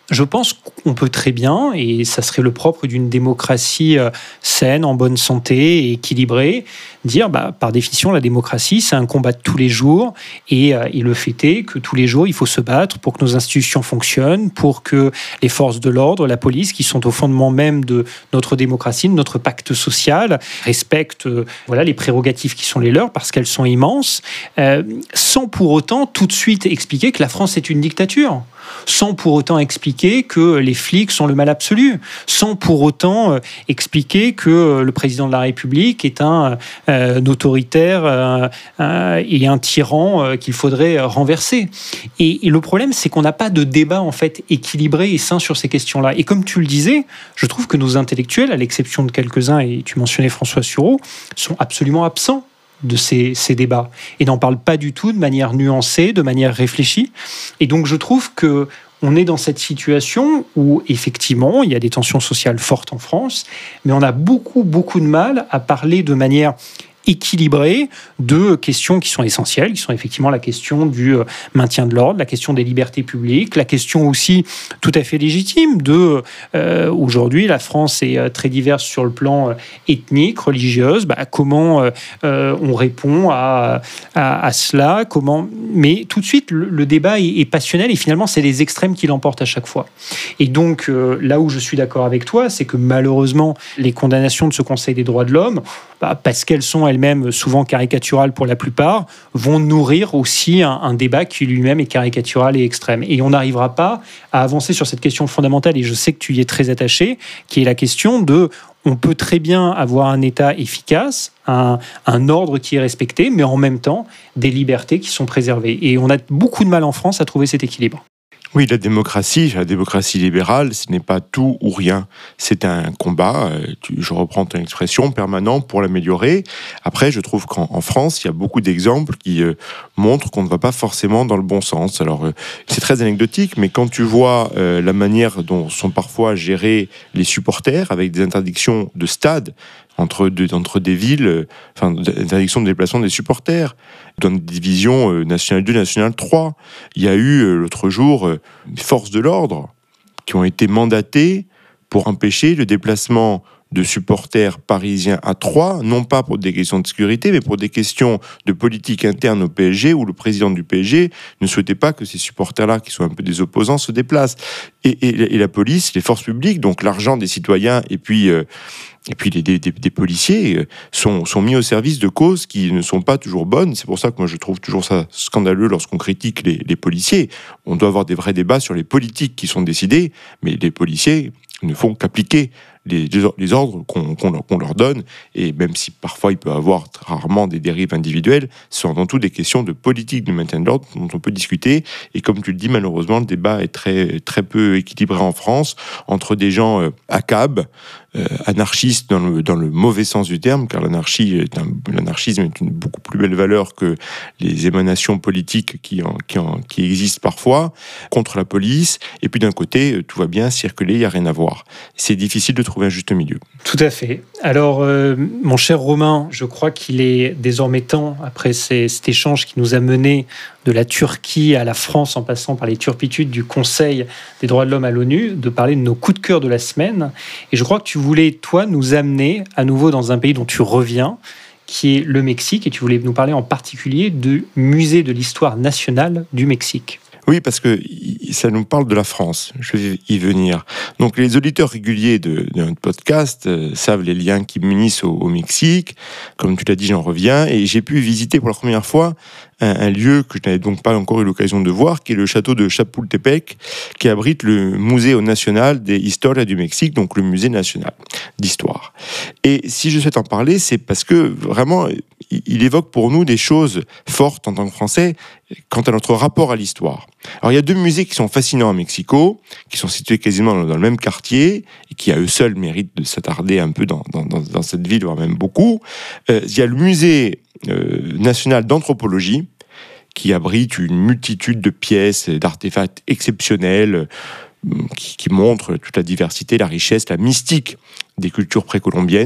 Je pense qu'on peut très bien, et ça serait le propre d'une démocratie saine, en bonne santé et équilibrée, dire, bah, par définition, la démocratie, c'est un combat de tous les jours, et, et le fait est que tous les jours, il faut se battre pour que nos institutions fonctionnent, pour que les forces de l'ordre, la police, qui sont au fondement même de notre démocratie, de notre pacte social, respectent euh, voilà, les prérogatives qui sont les leurs, parce qu'elles sont immenses, euh, sans pour autant tout de suite expliquer que la France est une dictature, sans pour autant expliquer que les flics sont le mal absolu, sans pour autant euh, expliquer que euh, le président de la République est un, euh, un autoritaire euh, euh, et un tyran euh, qu'il faudrait renverser. Et, et le problème, c'est qu'on n'a pas de débat en fait équilibré et sain sur ces questions-là. Et comme tu le disais, je trouve que nos intellectuels, à l'exception de quelques-uns, et tu mentionnais François Sureau, sont absolument absents de ces, ces débats et n'en parlent pas du tout de manière nuancée, de manière réfléchie. Et donc je trouve que on est dans cette situation où effectivement il y a des tensions sociales fortes en France, mais on a beaucoup beaucoup de mal à parler de manière équilibrée de questions qui sont essentielles, qui sont effectivement la question du maintien de l'ordre, la question des libertés publiques, la question aussi tout à fait légitime de euh, aujourd'hui la France est très diverse sur le plan ethnique, religieuse. Bah, comment euh, on répond à, à, à cela, comment... Mais tout de suite le, le débat est, est passionnel et finalement c'est les extrêmes qui l'emportent à chaque fois. Et donc euh, là où je suis d'accord avec toi, c'est que malheureusement les condamnations de ce Conseil des droits de l'homme, bah, parce qu'elles sont elles-mêmes souvent caricaturales pour la plupart, vont nourrir aussi un, un débat qui lui-même est caricatural et extrême. Et on n'arrivera pas à avancer sur cette question fondamentale, et je sais que tu y es très attaché, qui est la question de... On peut très bien avoir un État efficace, un, un ordre qui est respecté, mais en même temps, des libertés qui sont préservées. Et on a beaucoup de mal en France à trouver cet équilibre. Oui, la démocratie, la démocratie libérale, ce n'est pas tout ou rien. C'est un combat, je reprends ton expression, permanent pour l'améliorer. Après, je trouve qu'en en France, il y a beaucoup d'exemples qui euh, montrent qu'on ne va pas forcément dans le bon sens. Alors, euh, c'est très anecdotique, mais quand tu vois euh, la manière dont sont parfois gérés les supporters, avec des interdictions de stade, entre, de, entre des villes, euh, enfin, interdiction de déplacement des supporters, dans des divisions euh, nationale deux, nationale trois. Il y a eu, euh, l'autre jour, euh, des forces de l'ordre qui ont été mandatées pour empêcher le déplacement de supporters parisiens à Troyes, non pas pour des questions de sécurité, mais pour des questions de politique interne au P S G, où le président du P S G ne souhaitait pas que ces supporters-là, qui sont un peu des opposants, se déplacent. Et, et, et la police, les forces publiques, donc l'argent des citoyens, et puis... Euh, Et puis les, des, des policiers sont, sont mis au service de causes qui ne sont pas toujours bonnes. C'est pour ça que moi je trouve toujours ça scandaleux lorsqu'on critique les, les policiers. On doit avoir des vrais débats sur les politiques qui sont décidées, mais les policiers ne font qu'appliquer les, les ordres qu'on, qu'on, leur, qu'on leur donne. Et même si parfois il peut y avoir rarement des dérives individuelles, ce sont avant tout des questions de politique du maintien de l'ordre dont on peut discuter. Et comme tu le dis, malheureusement, le débat est très, très peu équilibré en France entre des gens euh, à cab, euh, anarchistes dans le, dans le mauvais sens du terme, car l'anarchie est un, l'anarchisme est une beaucoup plus belle valeur que les émanations politiques qui, en, qui, en, qui existent parfois, contre la police. Et puis d'un côté, tout va bien, circuler, il n'y a rien à voir. C'est difficile de trouver un juste milieu. Tout à fait. Alors, euh, mon cher Romain, je crois qu'il est désormais temps, après ces, cet échange qui nous a menés de la Turquie à la France, en passant par les turpitudes du Conseil des droits de l'homme à l'ONU, de parler de nos coups de cœur de la semaine. Et je crois que tu voulais, toi, nous amener à nouveau dans un pays dont tu reviens, qui est le Mexique, et tu voulais nous parler en particulier du musée de l'histoire nationale du Mexique. Oui, parce que ça nous parle de la France. Je vais y venir. Donc, les auditeurs réguliers de, de notre podcast euh, savent les liens qui m'unissent au, au Mexique. Comme tu l'as dit, j'en reviens. Et j'ai pu visiter pour la première fois un, un lieu que je n'avais donc pas encore eu l'occasion de voir, qui est le château de Chapultepec, qui abrite le Musée national de Historia du Mexique, donc le musée national d'histoire. Et si je souhaite en parler, c'est parce que vraiment, il évoque pour nous des choses fortes en tant que Français quant à notre rapport à l'histoire. Alors, il y a deux musées qui sont fascinants à Mexico, qui sont situés quasiment dans le même quartier, et qui à eux seuls méritent de s'attarder un peu dans, dans, dans cette ville, voire même beaucoup. Euh, il y a le musée euh, national d'anthropologie, qui abrite une multitude de pièces, d'artefacts exceptionnels, euh, qui, qui montrent toute la diversité, la richesse, la mystique des cultures précolombiennes,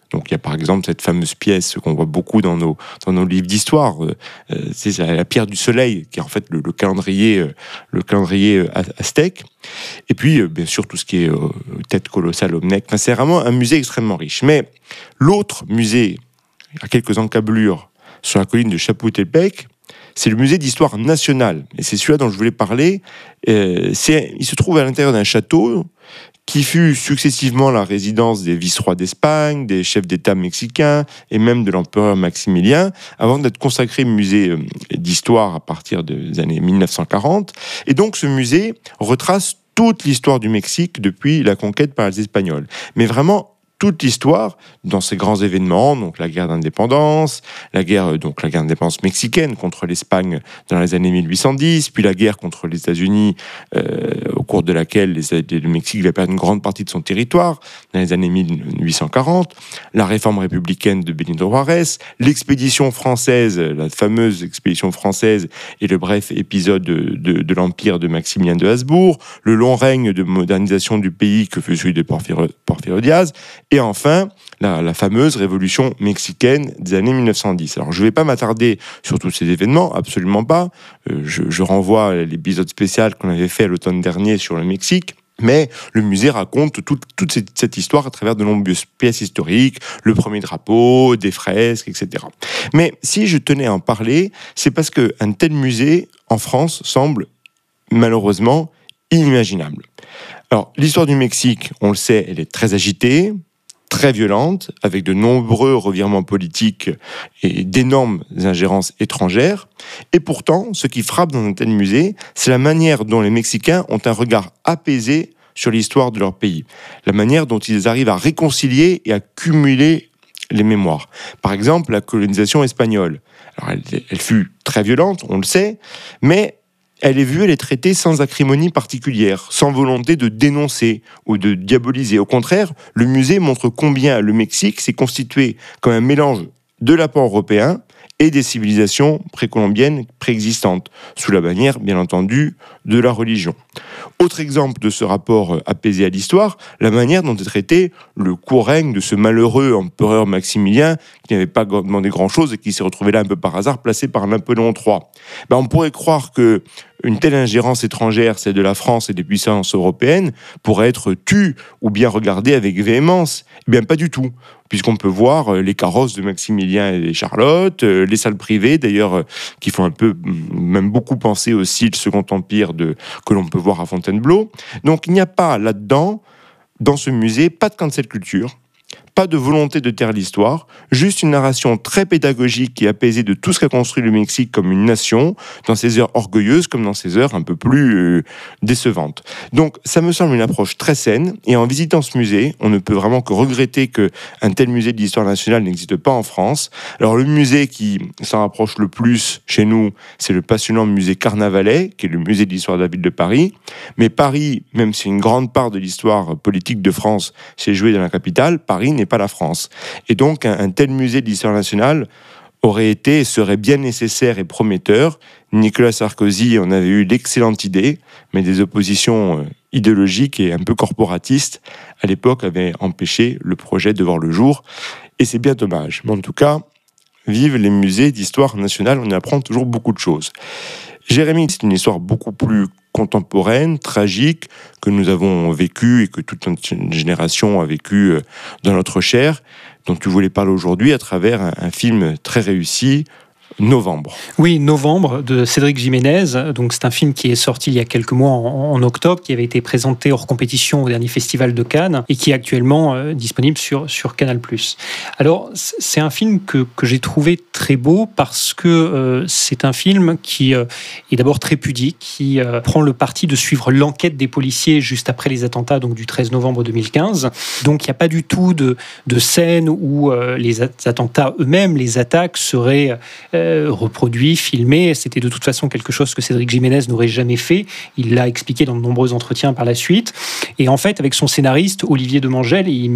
Donc il y a par exemple cette fameuse pièce qu'on voit beaucoup dans nos, dans nos livres d'histoire, euh, c'est la pierre du soleil, qui est en fait le, le calendrier, euh, le calendrier euh, aztèque. Et puis euh, bien sûr tout ce qui est euh, tête colossale, Olmec. Enfin, c'est vraiment un musée extrêmement riche. Mais l'autre musée, à quelques encablures, sur la colline de Chapultepec, c'est le musée d'histoire nationale. Et c'est celui-là dont je voulais parler. Euh, c'est, il se trouve à l'intérieur d'un château qui fut successivement la résidence des vice-rois d'Espagne, des chefs d'État mexicains et même de l'empereur Maximilien, avant d'être consacré musée d'histoire à partir des années mille neuf cent quarante. Et donc ce musée retrace toute l'histoire du Mexique depuis la conquête par les Espagnols. Mais vraiment toute l'histoire dans ces grands événements, donc la guerre d'indépendance, la guerre donc la guerre d'indépendance mexicaine contre l'Espagne dans les années mille huit cent dix, puis la guerre contre les États-Unis euh, au cours de laquelle les, le Mexique va perdre une grande partie de son territoire dans les années mille huit cent quarante, la réforme républicaine de Benito Juárez, l'expédition française, la fameuse expédition française et le bref épisode de, de, de l'empire de Maximilien de Habsbourg, le long règne de modernisation du pays que fut celui de Porfirio, Porfirio Diaz, et enfin, la, la fameuse révolution mexicaine des années mille neuf cent dix. Alors, je ne vais pas m'attarder sur tous ces événements, absolument pas. Euh, je, je renvoie à l'épisode spécial qu'on avait fait à l'automne dernier sur le Mexique. Mais le musée raconte toute, toute cette, cette histoire à travers de nombreuses pièces historiques, le premier drapeau, des fresques, et cetera. Mais si je tenais à en parler, c'est parce qu'un tel musée, en France, semble malheureusement inimaginable. Alors, l'histoire du Mexique, on le sait, elle est très agitée, très violente, avec de nombreux revirements politiques et d'énormes ingérences étrangères. Et pourtant, ce qui frappe dans un tel musée, c'est la manière dont les Mexicains ont un regard apaisé sur l'histoire de leur pays. La manière dont ils arrivent à réconcilier et à cumuler les mémoires. Par exemple, la colonisation espagnole. Alors, elle, elle fut très violente, on le sait, mais elle est vue, elle est traitée sans acrimonie particulière, sans volonté de dénoncer ou de diaboliser. Au contraire, le musée montre combien le Mexique s'est constitué comme un mélange de l'apport européen et des civilisations précolombiennes préexistantes, sous la bannière, bien entendu, de la religion. Autre exemple de ce rapport apaisé à l'histoire, la manière dont est traité le court règne de ce malheureux empereur Maximilien qui n'avait pas demandé grand-chose et qui s'est retrouvé là un peu par hasard, placé par Napoléon trois. Ben, on pourrait croire que une telle ingérence étrangère, celle de la France et des puissances européennes, pourrait être tue ou bien regardée avec véhémence. Eh bien, pas du tout, puisqu'on peut voir les carrosses de Maximilien et Charlotte, les salles privées, d'ailleurs, qui font un peu, même beaucoup penser aussi le Second Empire de, que l'on peut voir à Fontainebleau. Donc, il n'y a pas là-dedans, dans ce musée, pas de cancel culture, pas de volonté de taire l'histoire, juste une narration très pédagogique et apaisée de tout ce qu'a construit le Mexique comme une nation, dans ses heures orgueilleuses comme dans ses heures un peu plus euh, décevantes. Donc ça me semble une approche très saine, et en visitant ce musée, on ne peut vraiment que regretter qu'un tel musée de l'histoire nationale n'existe pas en France. Alors le musée qui s'en rapproche le plus chez nous, c'est le passionnant musée Carnavalet, qui est le musée de l'histoire de la ville de Paris. Mais Paris, même si une grande part de l'histoire politique de France s'est jouée dans la capitale, Paris n'est pas la France. Et donc, un, un tel musée de l'histoire nationale aurait été et serait bien nécessaire et prometteur. Nicolas Sarkozy en avait eu l'excellente idée, mais des oppositions euh, idéologiques et un peu corporatistes, à l'époque, avaient empêché le projet de voir le jour. Et c'est bien dommage. Mais en tout cas, vive les musées d'histoire nationale, on y apprend toujours beaucoup de choses. Jérémy, c'est une histoire beaucoup plus contemporaine, tragique, que nous avons vécue et que toute notre génération a vécu dans notre chair, dont tu voulais parler aujourd'hui à travers un, un film très réussi, Novembre. Oui, Novembre, de Cédric Jiménez. Donc, c'est un film qui est sorti il y a quelques mois en, en octobre, qui avait été présenté hors compétition au dernier festival de Cannes et qui est actuellement euh, disponible sur, sur Canal plus. Alors, c'est un film que, que j'ai trouvé très beau parce que euh, c'est un film qui euh, est d'abord très pudique, qui euh, prend le parti de suivre l'enquête des policiers juste après les attentats donc du treize novembre deux mille quinze. Donc, il n'y a pas du tout de, de scène où euh, les attentats eux-mêmes, les attaques seraient euh, reproduit, filmé. C'était de toute façon quelque chose que Cédric Jiménez n'aurait jamais fait. Il l'a expliqué dans de nombreux entretiens par la suite. Et en fait, avec son scénariste, Olivier Demangel, il mérite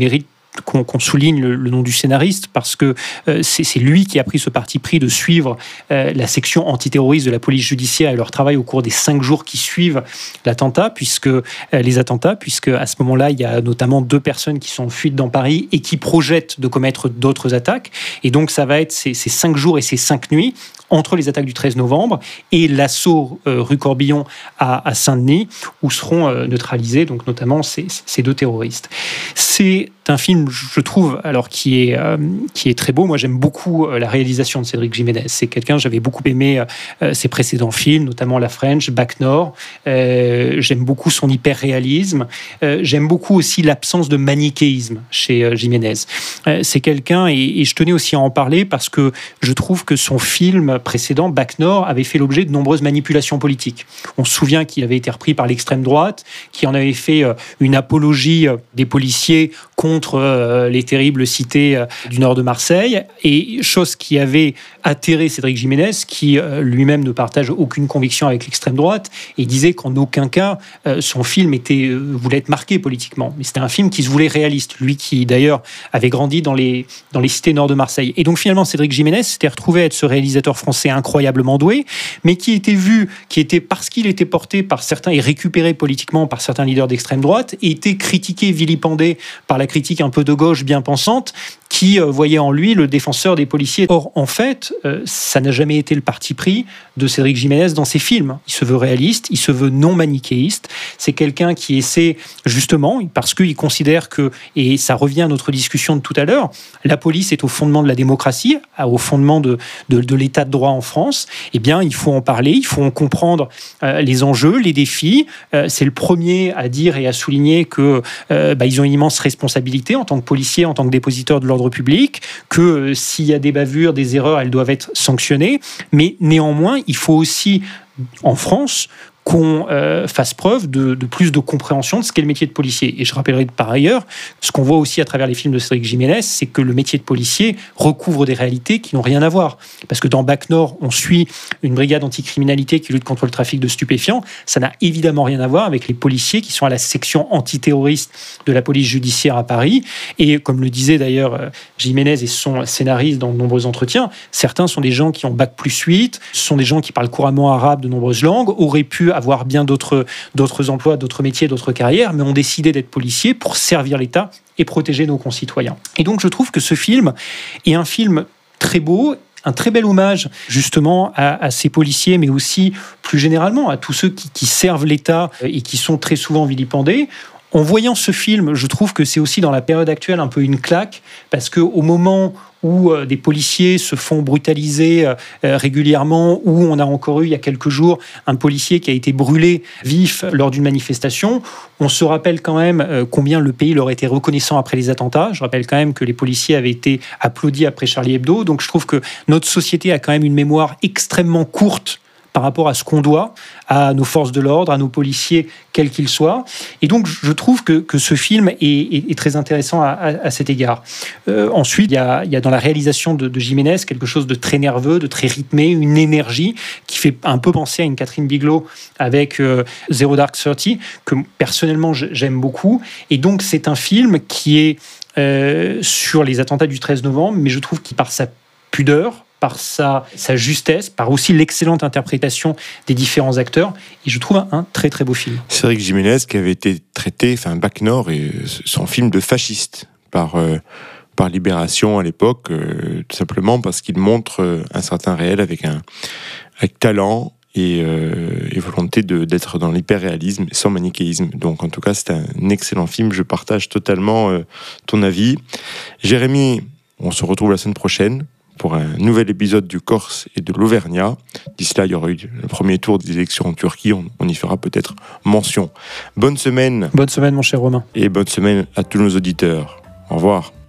qu'on, qu'on souligne le, le nom du scénariste, parce que euh, c'est, c'est lui qui a pris ce parti pris de suivre euh, la section antiterroriste de la police judiciaire et leur travail au cours des cinq jours qui suivent l'attentat, puisque euh, les attentats, puisque à ce moment-là, il y a notamment deux personnes qui sont en fuite dans Paris et qui projettent de commettre d'autres attaques. Et donc, ça va être ces, ces cinq jours et ces cinq nuits entre les attaques du treize novembre et l'assaut euh, rue Corbillon à, à Saint-Denis, où seront euh, neutralisés, donc notamment ces, ces deux terroristes. C'est un film, je trouve, alors qui est euh, qui est très beau. Moi, j'aime beaucoup euh, la réalisation de Cédric Jiménez. C'est quelqu'un, j'avais beaucoup aimé euh, ses précédents films, notamment La French, Bac Nord. Euh, j'aime beaucoup son hyper-réalisme. Euh, j'aime beaucoup aussi l'absence de manichéisme chez euh, Jiménez. Euh, c'est quelqu'un, et, et je tenais aussi à en parler parce que je trouve que son film précédent, Bac Nord, avait fait l'objet de nombreuses manipulations politiques. On se souvient qu'il avait été repris par l'extrême droite, qui en avait fait euh, une apologie euh, des policiers contre euh, les terribles cités euh, du nord de Marseille, et chose qui avait atterré Cédric Jiménez, qui euh, lui-même ne partage aucune conviction avec l'extrême droite, et disait qu'en aucun cas euh, son film était, euh, voulait être marqué politiquement. Mais c'était un film qui se voulait réaliste, lui qui d'ailleurs avait grandi dans les, dans les cités nord de Marseille. Et donc finalement Cédric Jiménez s'était retrouvé à être ce réalisateur français incroyablement doué, mais qui était vu, qui était, parce qu'il était porté par certains et récupéré politiquement par certains leaders d'extrême droite, était critiqué, vilipendé par la critique un peu de gauche bien pensante, qui euh, voyait en lui le défenseur des policiers. Or, en fait, euh, ça n'a jamais été le parti pris de Cédric Jiménez dans ses films. Il se veut réaliste, il se veut non manichéiste. C'est quelqu'un qui essaie, justement, parce qu'il considère que, et ça revient à notre discussion de tout à l'heure, la police est au fondement de la démocratie, au fondement de, de, de l'état de droit en France. Eh bien, il faut en parler, il faut en comprendre euh, les enjeux, les défis. Euh, c'est le premier à dire et à souligner que euh, bah, ils ont une immense responsabilité en tant que policiers, en tant que dépositeurs de l'ordre public, que euh, s'il y a des bavures, des erreurs, elles doivent être sanctionnées. Mais néanmoins, il faut aussi, en France, qu'on euh, fasse preuve de, de plus de compréhension de ce qu'est le métier de policier. Et je rappellerai par ailleurs, ce qu'on voit aussi à travers les films de Cédric Jiménez, c'est que le métier de policier recouvre des réalités qui n'ont rien à voir. Parce que dans Bac Nord, on suit une brigade anticriminalité qui lutte contre le trafic de stupéfiants. Ça n'a évidemment rien à voir avec les policiers qui sont à la section antiterroriste de la police judiciaire à Paris. Et comme le disait d'ailleurs Jiménez et son scénariste dans de nombreux entretiens, certains sont des gens qui ont Bac plus huit, ce sont des gens qui parlent couramment arabe de nombreuses langues, auraient pu avoir bien d'autres, d'autres emplois, d'autres métiers, d'autres carrières, mais ont décidé d'être policiers pour servir l'État et protéger nos concitoyens. Et donc je trouve que ce film est un film très beau, un très bel hommage justement à, à ces policiers, mais aussi plus généralement à tous ceux qui, qui servent l'État et qui sont très souvent vilipendés. En voyant ce film, je trouve que c'est aussi dans la période actuelle un peu une claque, parce qu'au moment où euh, des policiers se font brutaliser euh, régulièrement, où on a encore eu il y a quelques jours un policier qui a été brûlé vif lors d'une manifestation, on se rappelle quand même euh, combien le pays leur a été reconnaissant après les attentats. Je rappelle quand même que les policiers avaient été applaudis après Charlie Hebdo, donc je trouve que notre société a quand même une mémoire extrêmement courte par rapport à ce qu'on doit à nos forces de l'ordre, à nos policiers, quels qu'ils soient. Et donc, je trouve que, que ce film est, est, est très intéressant à, à, à cet égard. Euh, ensuite, il y, a, il y a dans la réalisation de, de Jiménez quelque chose de très nerveux, de très rythmé, une énergie qui fait un peu penser à une Catherine Bigelow avec euh, Zero Dark Thirty, que personnellement, j'aime beaucoup. Et donc, c'est un film qui est euh, sur les attentats du treize novembre, mais je trouve qu'il, par sa pudeur, par sa, sa justesse, par aussi l'excellente interprétation des différents acteurs. Et je trouve un, un très très beau film. Cédric Jiménez qui avait été traité, enfin Bac Nord, et son film de fasciste par, euh, par Libération à l'époque, euh, tout simplement parce qu'il montre euh, un certain réel avec, un, avec talent et, euh, et volonté de, d'être dans l'hyperréalisme sans manichéisme. Donc en tout cas, c'est un excellent film. Je partage totalement euh, ton avis. Jérémy, on se retrouve la semaine prochaine pour un nouvel épisode du Corse et de l'Auvergnat. D'ici là, il y aura eu le premier tour des élections en Turquie. On, on y fera peut-être mention. Bonne semaine. Bonne semaine, mon cher Romain. Et bonne semaine à tous nos auditeurs. Au revoir.